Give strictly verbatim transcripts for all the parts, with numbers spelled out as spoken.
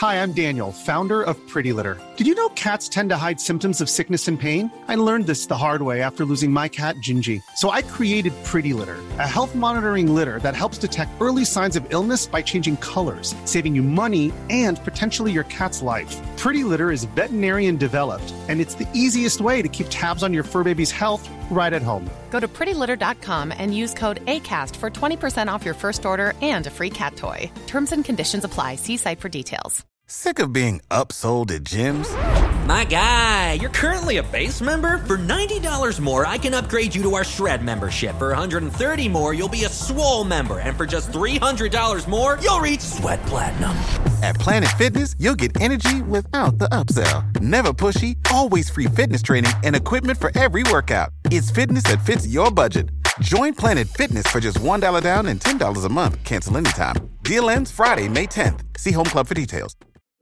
Hi, I'm Daniel, founder of Pretty Litter. Did you know cats tend to hide symptoms of sickness and pain? I learned this the hard way after losing my cat, Gingy. So I created Pretty Litter, a health monitoring litter that helps detect early signs of illness by changing colors, saving you money and potentially your cat's life. Pretty Litter is veterinarian developed, and it's the easiest way to keep tabs on your fur baby's health right at home. Go to pretty litter dot com and use code ACAST for twenty percent off your first order and a free cat toy. Terms and conditions apply. See site for details. Sick of being upsold at gyms? My guy, you're currently a base member? For ninety dollars more, I can upgrade you to our Shred membership. For one hundred thirty dollars more, you'll be a Swole member. And for just three hundred dollars more, you'll reach Sweat Platinum. At Planet Fitness, you'll get energy without the upsell. Never pushy, always free fitness training and equipment for every workout. It's fitness that fits your budget. Join Planet Fitness for just one dollar down and ten dollars a month. Cancel anytime. Deal ends Friday, May tenth. See Home Club for details.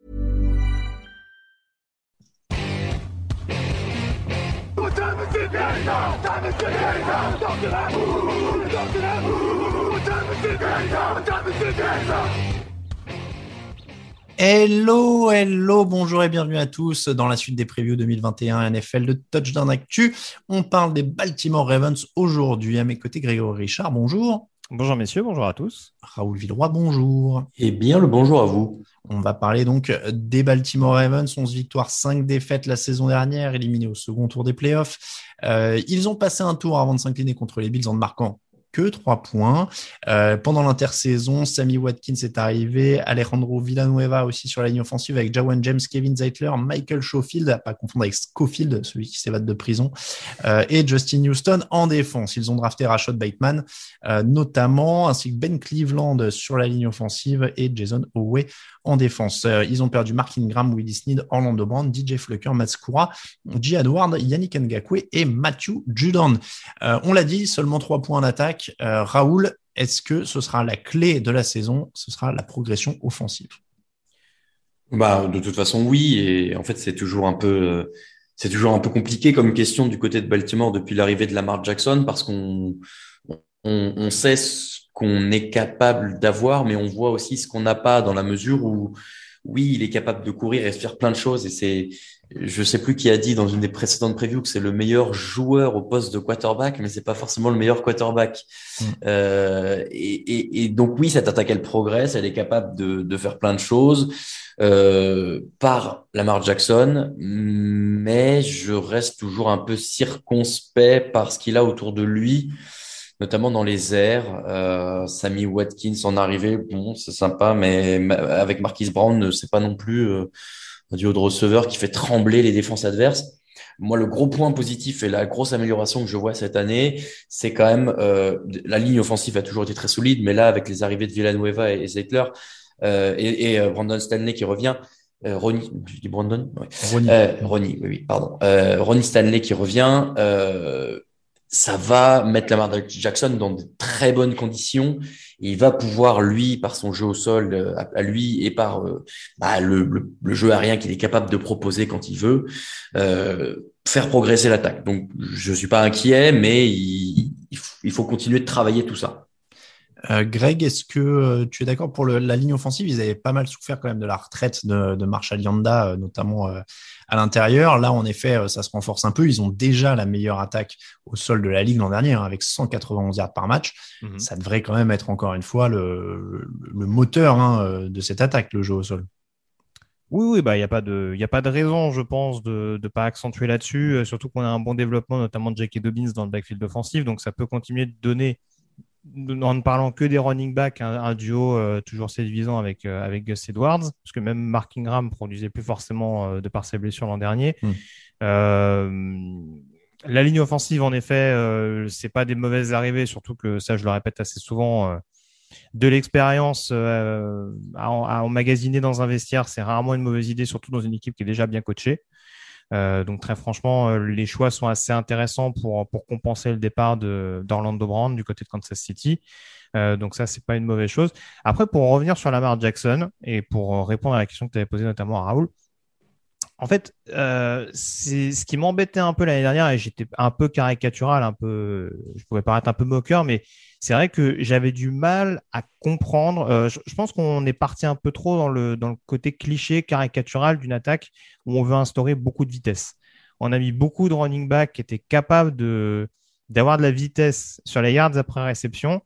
Hello, hello, bonjour et bienvenue à tous dans la suite des previews deux mille vingt et un N F L de Touchdown Actu. On parle des Baltimore Ravens aujourd'hui. À mes côtés, Grégory Richard, bonjour. Bonjour messieurs, bonjour à tous. Raoul Villeroy, bonjour. Et bien le bonjour à vous. On va parler donc des Baltimore Ravens, onze victoires, cinq défaites la saison dernière, éliminés au second tour des playoffs. Euh, ils ont passé un tour avant de s'incliner contre les Bills en ne marquant que trois points. Euh, pendant l'intersaison, Sammy Watkins est arrivé, Alejandro Villanueva aussi sur la ligne offensive avec Jawan James, Kevin Zeitler, Michael Schofield, à pas confondre avec Schofield, celui qui s'évade de prison, euh, et Justin Houston en défense. Ils ont drafté Rashad Bateman, euh, notamment, ainsi que Ben Cleveland sur la ligne offensive et Jason Howe en défense. Euh, ils ont perdu Mark Ingram, Willie Snead, Orlando Brown, D J Fluker, Matt Skura, J. Edward, Yannick Ngakoue et Matthew Judon. Euh, on l'a dit, seulement trois points en attaque. Euh, Raoul, est-ce que ce sera la clé de la saison? Ce sera la progression offensive? Bah, de toute façon, oui. Et en fait, c'est toujours un peu, c'est toujours un peu compliqué comme question du côté de Baltimore depuis l'arrivée de Lamar Jackson, parce qu'on, on, on sait ce qu'on est capable d'avoir, mais on voit aussi ce qu'on n'a pas, dans la mesure où, oui, il est capable de courir et de faire plein de choses. Et c'est, je sais plus qui a dit dans une des précédentes previews que c'est le meilleur joueur au poste de quarterback, mais c'est pas forcément le meilleur quarterback. Mmh. Euh, et, et, et donc oui, cette attaque, elle progresse, elle est capable de, de faire plein de choses euh, par Lamar Jackson, mais je reste toujours un peu circonspect par ce qu'il a autour de lui, notamment dans les airs. Euh, Sammy Watkins en arrivée, bon, c'est sympa, mais avec Marquise Brown, c'est pas non plus euh, un duo de receveurs qui fait trembler les défenses adverses. Moi, le gros point positif et la grosse amélioration que je vois cette année, c'est quand même euh, la ligne offensive a toujours été très solide, mais là, avec les arrivées de Villanueva et, et Zeitler euh, et, et euh, Brandon Stanley qui revient, euh, Ronnie, je dis Brandon, ouais. Ronnie, euh, Ronnie, oui, oui, pardon, euh, Ronnie Stanley qui revient. Euh, ça va mettre Lamar Jackson dans de très bonnes conditions. Et il va pouvoir, lui, par son jeu au sol, à, à lui, et par euh, bah, le, le, le jeu aérien qu'il est capable de proposer quand il veut, euh, faire progresser l'attaque. Donc, je suis pas inquiet, mais il, il faut continuer de travailler tout ça. Euh, Greg, est-ce que euh, tu es d'accord pour le, la ligne offensive? Ils avaient pas mal souffert quand même de la retraite de, de Marshall Yanda, euh, notamment euh, à l'intérieur. Là, en effet, euh, ça se renforce un peu. Ils ont déjà la meilleure attaque au sol de la ligue l'an dernier, hein, avec cent quatre-vingt-onze yards par match. Mm-hmm. Ça devrait quand même être encore une fois le, le, le moteur hein, de cette attaque, le jeu au sol. Oui, oui, bah il y a pas de, il y a pas de raison, je pense, de de pas accentuer là-dessus. Euh, surtout qu'on a un bon développement, notamment de J K. Dobbins dans le backfield offensif, donc ça peut continuer de donner, en ne parlant que des running backs, un, un duo euh, toujours séduisant avec euh, avec Gus Edwards, parce que même Mark Ingram produisait plus forcément euh, de par ses blessures l'an dernier. Mm. Euh, la ligne offensive, en effet, euh, c'est pas des mauvaises arrivées, surtout que ça, je le répète assez souvent. Euh, de l'expérience euh, à, à emmagasiner dans un vestiaire, c'est rarement une mauvaise idée, surtout dans une équipe qui est déjà bien coachée. Euh, donc très franchement, euh, les choix sont assez intéressants pour pour compenser le départ de d'Orlando Brown du côté de Kansas City. Euh, donc ça, c'est pas une mauvaise chose. Après, pour revenir sur Lamar Jackson et pour répondre à la question que tu avais posée notamment à Raoul, En fait, euh, c'est ce qui m'embêtait un peu l'année dernière et j'étais un peu caricatural, un peu, je pouvais paraître un peu moqueur, mais c'est vrai que j'avais du mal à comprendre. Euh, je, je pense qu'on est parti un peu trop dans le dans le côté cliché caricatural d'une attaque où on veut instaurer beaucoup de vitesse. On a mis beaucoup de running back qui étaient capables de d'avoir de la vitesse sur les yards après réception,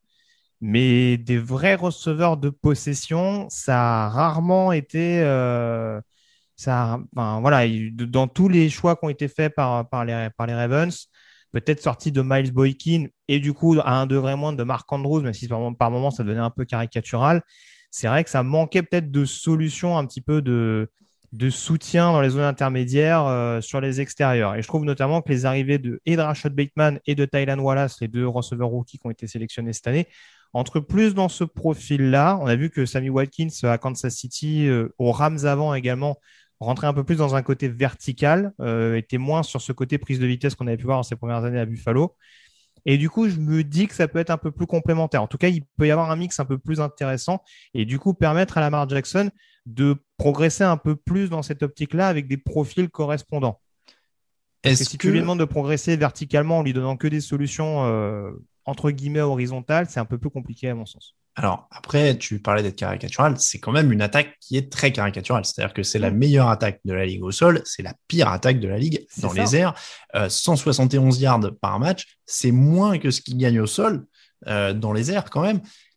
mais des vrais receveurs de possession, ça a rarement été. Euh, ça, enfin, voilà, il- dans tous les choix qui ont été faits par, par les, par les Ravens, peut-être sorti de Miles Boykin et du coup à un degré moins de Mark Andrews, même si par, par moment ça devenait un peu caricatural. C'est vrai que ça manquait peut-être de solutions, un petit peu de, de soutien dans les zones intermédiaires euh, sur les extérieurs. Et je trouve notamment que les arrivées de et de Rashad Bateman et de Tylan Wallace, les deux receveurs rookies qui ont été sélectionnés cette année, entre plus dans ce profil-là. On a vu que Sammy Watkins à Kansas City, euh, aux Rams avant également, rentrer un peu plus dans un côté vertical, euh, était moins sur ce côté prise de vitesse qu'on avait pu voir dans ses premières années à Buffalo. Et du coup, je me dis que ça peut être un peu plus complémentaire. En tout cas, il peut y avoir un mix un peu plus intéressant et du coup permettre à Lamar Jackson de progresser un peu plus dans cette optique-là avec des profils correspondants. Parce que Est-ce si que tu lui demandes de progresser verticalement en lui donnant que des solutions euh, entre guillemets horizontales, c'est un peu plus compliqué à mon sens. Alors, après, tu parlais d'être caricatural, c'est quand même une attaque qui est très caricaturale. C'est-à-dire que c'est la Mm. meilleure attaque de la ligue au sol, c'est la pire attaque de la ligue C'est dans ça. les airs. Euh, cent soixante et onze yards par match, c'est moins que ce qu'il gagne au sol, euh, dans les airs quand même.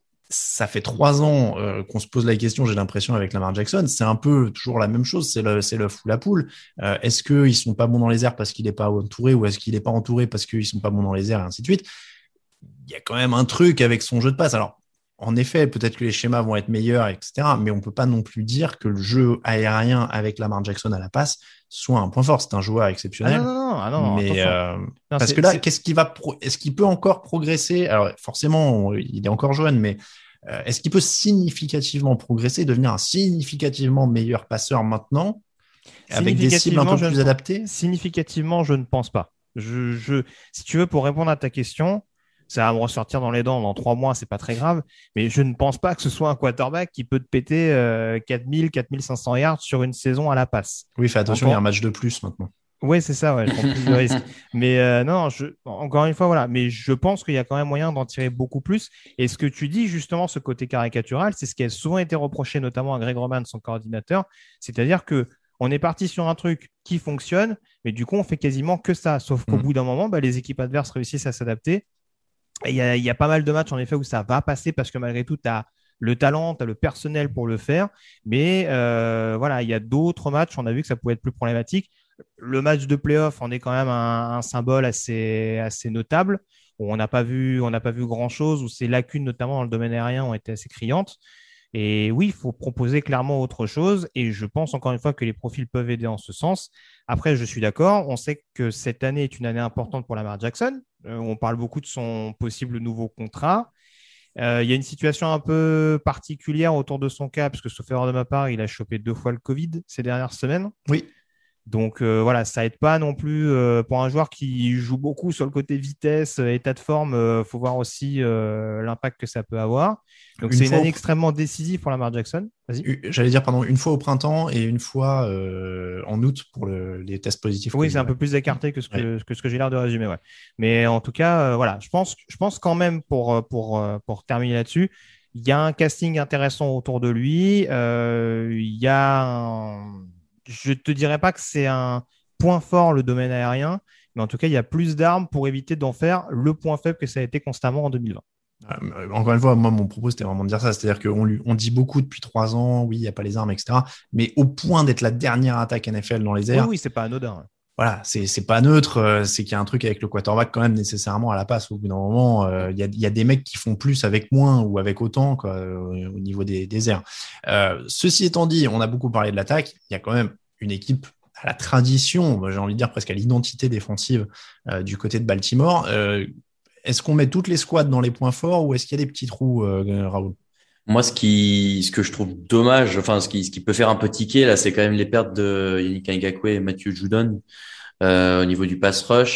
Ça fait trois ans euh, qu'on se pose la question, j'ai l'impression, avec Lamar Jackson. C'est un peu toujours la même chose, c'est le, c'est l'œuf ou la poule. Euh, est-ce qu'ils sont pas bons dans les airs parce qu'il n'est pas entouré ou est-ce qu'il n'est pas entouré parce qu'ils sont pas bons dans les airs et ainsi de suite? Il y a quand même un truc avec son jeu de passe. Alors, en effet, peut-être que les schémas vont être meilleurs, et cetera. Mais on peut pas non plus dire que le jeu aérien avec Lamar Jackson à la passe soit un point fort. C'est un joueur Ah exceptionnel. non, non, non, ah non, non, mais attention. euh, Non, parce c'est- que là, c'est- qu'est-ce qu'il va pro- est-ce qu'il peut encore progresser? Alors forcément, il est encore jeune, mais euh, est-ce qu'il peut significativement progresser, devenir un significativement meilleur passeur maintenant, avec des cibles un peu Significativement, je plus ne- adaptées? Significativement, je ne pense pas. Je, je, si tu veux, pour répondre à ta question, ça va me ressortir dans les dents dans trois mois, c'est pas très grave, mais je ne pense pas que ce soit un quarterback qui peut te péter euh, quatre mille, quatre mille cinq cents yards sur une saison à la passe. Oui, fais attention, il y a un Encore- match de plus maintenant. Ouais, c'est ça, ouais, je prends plus de risques. Mais euh, non, je, encore une fois, voilà. Mais je pense qu'il y a quand même moyen d'en tirer beaucoup plus. Et ce que tu dis, justement, ce côté caricatural, c'est ce qui a souvent été reproché, notamment à Greg Roman, son coordinateur. C'est-à-dire que on est parti sur un truc qui fonctionne, mais du coup, on fait quasiment que ça. Sauf qu'au Mm. bout d'un moment, bah, les équipes adverses réussissent à s'adapter. Et il y a, il y a pas mal de matchs, en effet, où ça va passer parce que malgré tout, tu as le talent, tu as le personnel pour le faire. Mais euh, voilà, il y a d'autres matchs, on a vu que ça pouvait être plus problématique. Le match de playoff en est quand même un, un symbole assez, assez notable, où on n'a pas vu, on n'a pas vu grand-chose, où ces lacunes, notamment dans le domaine aérien, ont été assez criantes. Et oui, il faut proposer clairement autre chose. Et je pense encore une fois que les profils peuvent aider en ce sens. Après, je suis d'accord. On sait que cette année est une année importante pour Lamar Jackson. Euh, on parle beaucoup de son possible nouveau contrat. Euh, il y a une situation un peu particulière autour de son cas, parce que sauf erreur de ma part, il a chopé deux fois le Covid ces dernières semaines. Oui. Donc euh, voilà, ça aide pas non plus euh, pour un joueur qui joue beaucoup sur le côté vitesse, euh, état de forme. Euh, faut voir aussi euh, l'impact que ça peut avoir. Donc Une c'est une fois au année pr- extrêmement décisive pour Lamar Jackson. Vas-y. U- J'allais dire, pardon, une fois au printemps et une fois euh, en août pour le- les tests positifs. Oui, Covid, c'est un ouais. peu plus écarté que ce que, que, ce que j'ai l'air de résumer. Ouais. Mais en tout cas, euh, voilà, je pense, je pense quand même, pour, pour, pour terminer là-dessus, il y a un casting intéressant autour de lui. Euh, il y a un... Je te dirais pas que c'est un point fort, le domaine aérien, mais en tout cas, il y a plus d'armes pour éviter d'en faire le point faible que ça a été constamment en deux mille vingt. Euh, encore une fois, moi, mon propos, c'était vraiment de dire ça. C'est-à-dire qu'on lui, on dit beaucoup depuis trois ans, oui, il n'y a pas les armes, et cetera. Mais au point d'être la dernière attaque N F L dans les Oui, airs, oui, c'est pas anodin. voilà, c'est, c'est pas neutre. euh, C'est qu'il y a un truc avec le quarterback quand même nécessairement à la passe. Au bout d'un moment, euh, il y a, il y a des mecs qui font plus avec moins ou avec autant, quoi, euh, au niveau des, des airs. Euh, ceci étant dit, on a beaucoup parlé de l'attaque. Il y a quand même une équipe à la tradition, moi, j'ai envie de dire presque à l'identité défensive euh, du côté de Baltimore. Euh, est-ce qu'on met toutes les squads dans les points forts ou est-ce qu'il y a des petits trous, euh, Raoul? Moi, ce qui, ce que je trouve dommage, enfin, ce qui, ce qui peut faire un peu tiquer, là, c'est quand même les pertes de Yannick Ngakoue et Matthew Judon, euh, au niveau du pass rush.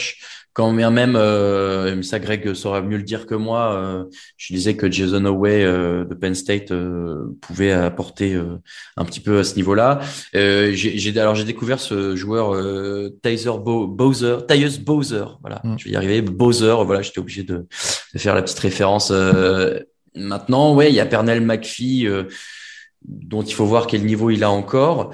quand bien même, euh, mais ça Greg saura mieux le dire que moi, euh, je disais que Jason Howe euh, de Penn State euh, pouvait apporter euh, un petit peu à ce niveau-là. Euh, j'ai, j'ai, alors j'ai découvert ce joueur euh, Tyus Bo- Bowser, Tyus Bowser, voilà, Mm. je vais y arriver, Bowser, voilà, j'étais obligé de, de faire la petite référence. Euh, maintenant, ouais, il y a Pernell McPhee euh, dont il faut voir quel niveau il a encore.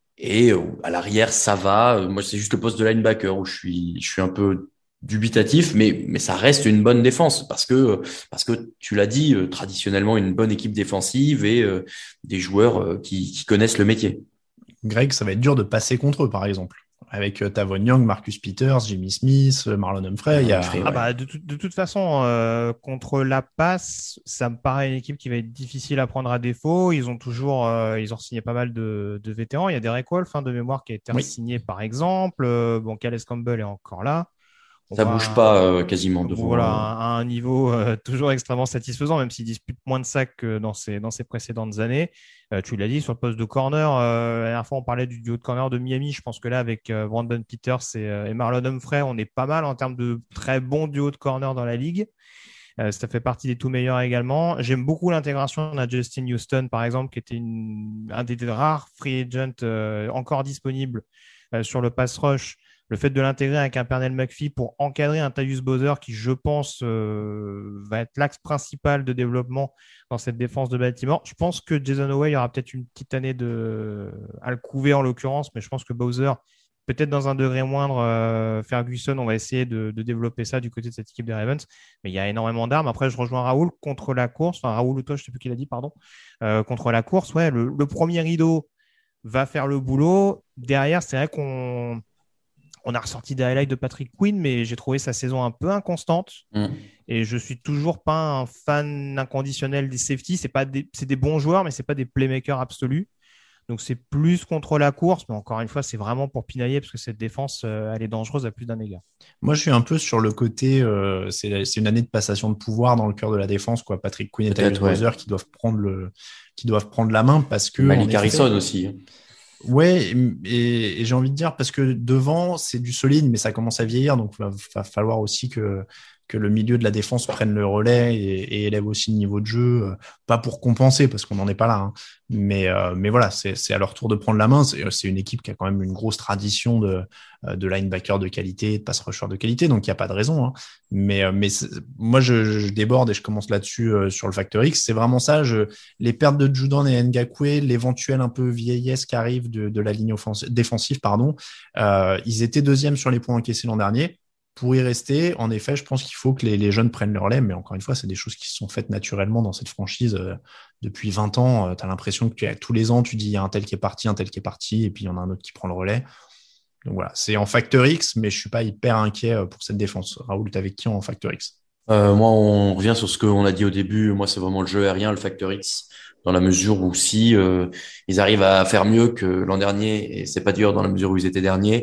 Et euh, à l'arrière, ça va. Euh, Moi, c'est juste le poste de linebacker où je suis, je suis un peu dubitatif, mais mais ça reste une bonne défense parce que parce que tu l'as dit, euh, traditionnellement une bonne équipe défensive et euh, des joueurs euh, qui qui connaissent le métier. Greg, ça va être dur de passer contre eux, par exemple. Avec euh, Tavon Young, Marcus Peters, Jimmy Smith, euh, Marlon Humphrey, il y a... Humphrey, Ah ouais. bah de, tout- de toute façon, euh, contre la passe, ça me paraît une équipe qui va être difficile à prendre à défaut. Ils ont toujours, euh, ils ont signé pas mal de, de vétérans. Il y a Derek Wolfe, hein, de mémoire, qui a été Oui. signé par exemple. Euh, bon, Calais Campbell est encore là. On Ça voit bouge un- pas euh, quasiment devant. Voilà, euh, à un niveau euh, toujours extrêmement satisfaisant, même s'il dispute moins de sacs que dans ses, dans ses précédentes années. Euh, tu l'as dit, sur le poste de corner, euh, la dernière fois on parlait du duo de corner de Miami. Je pense que là, avec euh, Brandon Peters et, euh, et Marlon Humphrey, on est pas mal en termes de très bons duos de corner dans la ligue. Euh, ça fait partie des tout meilleurs également. J'aime beaucoup l'intégration de Justin Houston, par exemple, qui était une, un des rares free agents euh, encore disponibles euh, sur le pass rush. Le fait de l'intégrer avec un Pernell McPhee pour encadrer un Tyus Bowser qui, je pense, euh, va être l'axe principal de développement dans cette défense de Baltimore. Je pense que Jason Howe, il y aura peut-être une petite année de... à le couver en l'occurrence, mais je pense que Bowser, peut-être dans un degré moindre, euh, Ferguson, on va essayer de, de développer ça du côté de cette équipe des Ravens. Mais il y a énormément d'armes. Après, je rejoins Raoul contre la course. Enfin, Raoul ou toi, je ne sais plus qui l'a dit, pardon. Euh, contre la course, ouais, le, le premier rideau va faire le boulot. Derrière, c'est vrai qu'on on a ressorti des highlights de Patrick Quinn, mais j'ai trouvé sa saison un peu inconstante. Mm. Et je suis toujours pas un fan inconditionnel des safeties. C'est pas des, c'est des bons joueurs, mais c'est pas des playmakers absolus. Donc c'est plus contre la course, mais encore une fois, c'est vraiment pour pinailler parce que cette défense, euh, elle est dangereuse à plus d'un égard. Moi, je suis un peu sur le côté, euh, c'est, c'est une année de passation de pouvoir dans le cœur de la défense, quoi. Patrick Quinn et Tyus Peut-être, ouais. Bowser qui doivent prendre le, qui doivent prendre la main parce que. en Malik effet- Harrison aussi. Ouais, et, et- et j'ai envie de dire parce que devant, c'est du solide, mais ça commence à vieillir, donc il va, va falloir aussi que, que le milieu de la défense prenne le relais et, et élève aussi le niveau de jeu, euh, pas pour compenser, parce qu'on n'en est pas là, hein, mais, euh, mais voilà, c'est, c'est à leur tour de prendre la main. C'est, c'est une équipe qui a quand même une grosse tradition de, de linebacker de qualité, de pass rusher de qualité, donc il n'y a pas de raison. Hein. Mais, euh, mais c'est- moi, je, je déborde et je commence là-dessus euh, sur le Factor X. C'est vraiment ça. Je, les pertes de Judon et Ngakwe, l'éventuel un peu vieillesse qui arrive de, de la ligne offensive, défensive, pardon. Euh, ils étaient deuxièmes sur les points encaissés l'an dernier. Pour y rester, en effet, je pense qu'il faut que les, les jeunes prennent leur lait, mais encore une fois, c'est des choses qui se sont faites naturellement dans cette franchise euh, depuis vingt ans. Euh, tu as l'impression que tu, tous les ans, tu dis il y a un tel qui est parti, un tel qui est parti, et puis il y en a un autre qui prend le relais. Donc voilà, c'est en Factor X, mais je suis pas hyper inquiet pour cette défense. Raoul, t'avais qui en Factor X? Euh, moi, on revient sur ce qu'on a dit au début. Moi, c'est vraiment le jeu aérien, le Factor X, dans la mesure où si euh, ils arrivent à faire mieux que l'an dernier, et c'est pas dur dans la mesure où ils étaient derniers,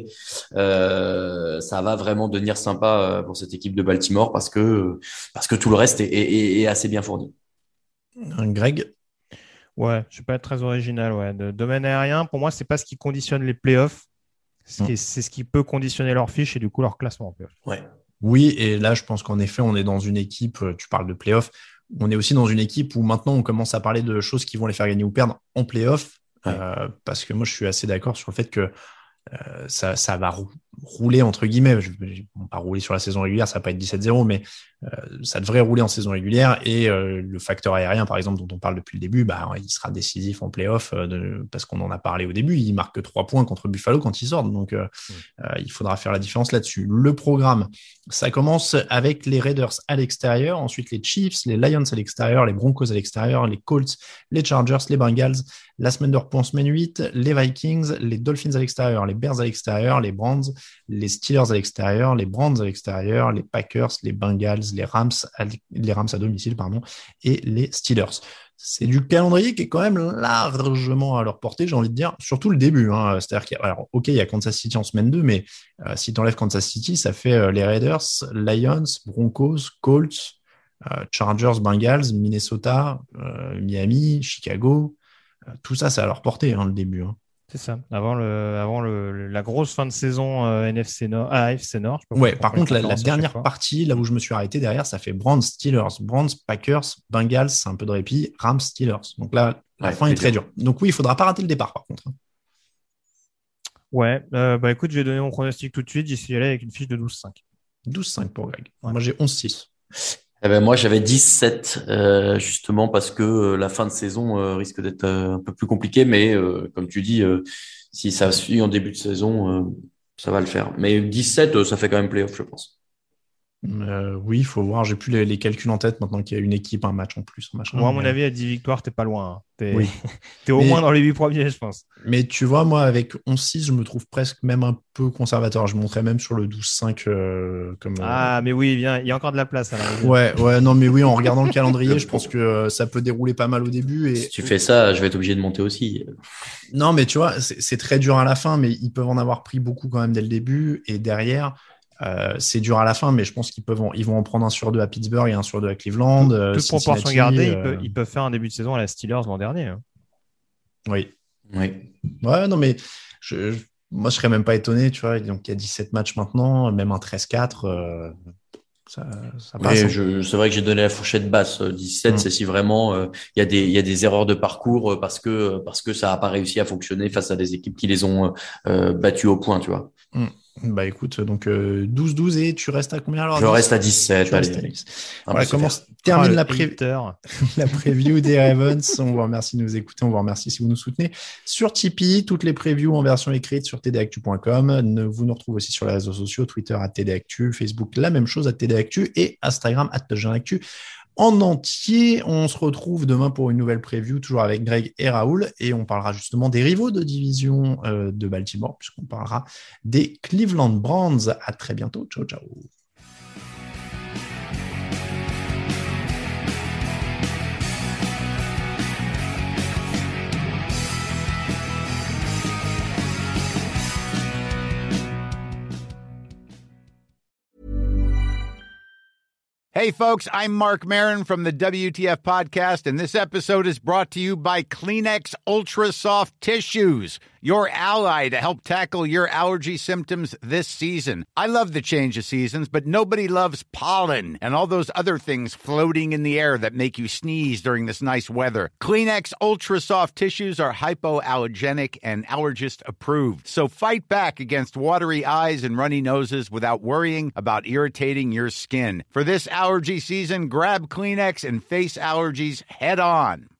euh, ça va vraiment devenir sympa pour cette équipe de Baltimore parce que parce que tout le reste est, est, est assez bien fourni. Greg? Ouais, je suis pas très original. Ouais, de domaine aérien, pour moi, c'est pas ce qui conditionne les playoffs. Ce qui est, c'est ce qui peut conditionner leur fiche et du coup leur classement en playoff. Ouais. Oui, et là, je pense qu'en effet, on est dans une équipe, tu parles de playoff, on est aussi dans une équipe où maintenant on commence à parler de choses qui vont les faire gagner ou perdre en playoff, ouais. euh, parce que moi, je suis assez d'accord sur le fait que euh, ça, ça va rou- rouler, entre guillemets. Je ne vais pas rouler sur la saison régulière, ça va pas être dix-sept zéro, mais euh, ça devrait rouler en saison régulière. Et euh, le facteur aérien, par exemple, dont on parle depuis le début, bah, il sera décisif en playoff euh, de, parce qu'on en a parlé au début. Il marque trois points contre Buffalo quand il sort. Donc, euh, mmh. euh, il faudra faire la différence là-dessus. Le programme, ça commence avec les Raiders à l'extérieur, ensuite les Chiefs, les Lions à l'extérieur, les Broncos à l'extérieur, les Colts, les Chargers, les Bengals. La semaine de repos en semaine huit, les Vikings, les Dolphins à l'extérieur, les Bears à l'extérieur, les Browns, les Steelers à l'extérieur, les Browns à l'extérieur, les Packers, les Bengals, les Rams à, les Rams à domicile, pardon, et les Steelers. C'est du calendrier qui est quand même largement à leur portée, j'ai envie de dire, surtout le début. Hein. C'est-à-dire qu'il y a, alors, ok, il y a Kansas City en semaine deux, mais euh, si tu enlèves Kansas City, ça fait euh, les Raiders, Lions, Broncos, Colts, euh, Chargers, Bengals, Minnesota, euh, Miami, Chicago. Euh, tout ça, c'est à leur portée, hein, le début. Hein. C'est ça. Avant le, avant le, la grosse fin de saison euh, N F C Nord, ah, A F C Nord. Je sais pas Ouais. Par contre, la, la dernière fois. partie, là où je me suis arrêté derrière, ça fait Browns, Steelers, Browns, Packers, Bengals, c'est un peu de répit, Rams, Steelers. Donc là, la Ouais, fin est très dure. Donc oui, il faudra pas rater le départ, par contre. Ouais. Euh, bah écoute, je vais donner mon pronostic tout de suite. J'y suis allé avec une fiche de douze cinq. douze cinq pour Greg. Ouais. Moi, j'ai onze six. Eh ben moi j'avais dix-sept euh, justement parce que euh, la fin de saison euh, risque d'être euh, un peu plus compliquée, mais euh, comme tu dis, euh, si ça suit en début de saison, euh, ça va le faire. Mais dix-sept, euh, ça fait quand même playoff, je pense. Euh, oui, il faut voir. J'ai plus les, les calculs en tête maintenant qu'il y a une équipe, un match en plus. Un machin, Moi, à mais... mon avis, à dix victoires, t'es pas loin. Hein. T'es, oui. t'es au mais... moins dans les huit premiers, je pense. Mais tu vois, moi, avec onze six, je me trouve presque même un peu conservateur. Je monterais même sur le douze cinq. Euh, comme, euh... Ah, mais oui, bien, il y a encore de la place. À ouais, ouais, non, mais oui, en regardant le calendrier, je pense que euh, ça peut dérouler pas mal au début. Et... Si tu fais ça, je vais être obligé de monter aussi. Non, mais tu vois, c'est, c'est très dur à la fin, mais ils peuvent en avoir pris beaucoup quand même dès le début. Et derrière, euh, c'est dur à la fin, mais je pense qu'ils peuvent en, ils vont en prendre un sur deux à Pittsburgh et un sur deux à Cleveland. Toute, euh, toute Cincinnati, proportion gardée, euh... ils, peuvent, ils peuvent faire un début de saison à la Steelers l'an dernier. Hein. Oui. Oui. Ouais, non, mais je, je, moi, je serais même pas étonné, tu vois. Donc, il y a dix-sept matchs maintenant, même un treize quatre. Euh, ça, ça passe. Oui, hein. je, c'est vrai que j'ai donné la fourchette basse. dix-sept, mmh. c'est si vraiment il euh, y a des il y a des erreurs de parcours parce que parce que ça a pas réussi à fonctionner face à des équipes qui les ont euh, battues au point, tu vois. Mmh. Bah écoute, donc euh, douze douze et tu restes à combien alors? Je reste à dix-sept. Tu allez. restes à dix. Ah, voilà bah, comment super. termine oh, la, pré... la preview des Ravens. On vous remercie de nous écouter, on vous remercie si vous nous soutenez sur Tipeee, toutes les previews en version écrite sur t d actu point com. Vous nous retrouvez aussi sur les réseaux sociaux, Twitter à T D Actu, Facebook la même chose à T D Actu et Instagram à Touchdown Actu. En entier, on se retrouve demain pour une nouvelle preview, toujours avec Greg et Raoul, et on parlera justement des rivaux de division euh, de Baltimore, puisqu'on parlera des Cleveland Browns. À très bientôt. Ciao, ciao. Hey, folks, I'm Mark Maron from the W T F Podcast, and this episode is brought to you by Kleenex Ultra Soft Tissues, your ally to help tackle your allergy symptoms this season. I love the change of seasons, but nobody loves pollen and all those other things floating in the air that make you sneeze during this nice weather. Kleenex Ultra Soft Tissues are hypoallergenic and allergist approved, so fight back against watery eyes and runny noses without worrying about irritating your skin. For this allergy season, grab Kleenex and face allergies head on.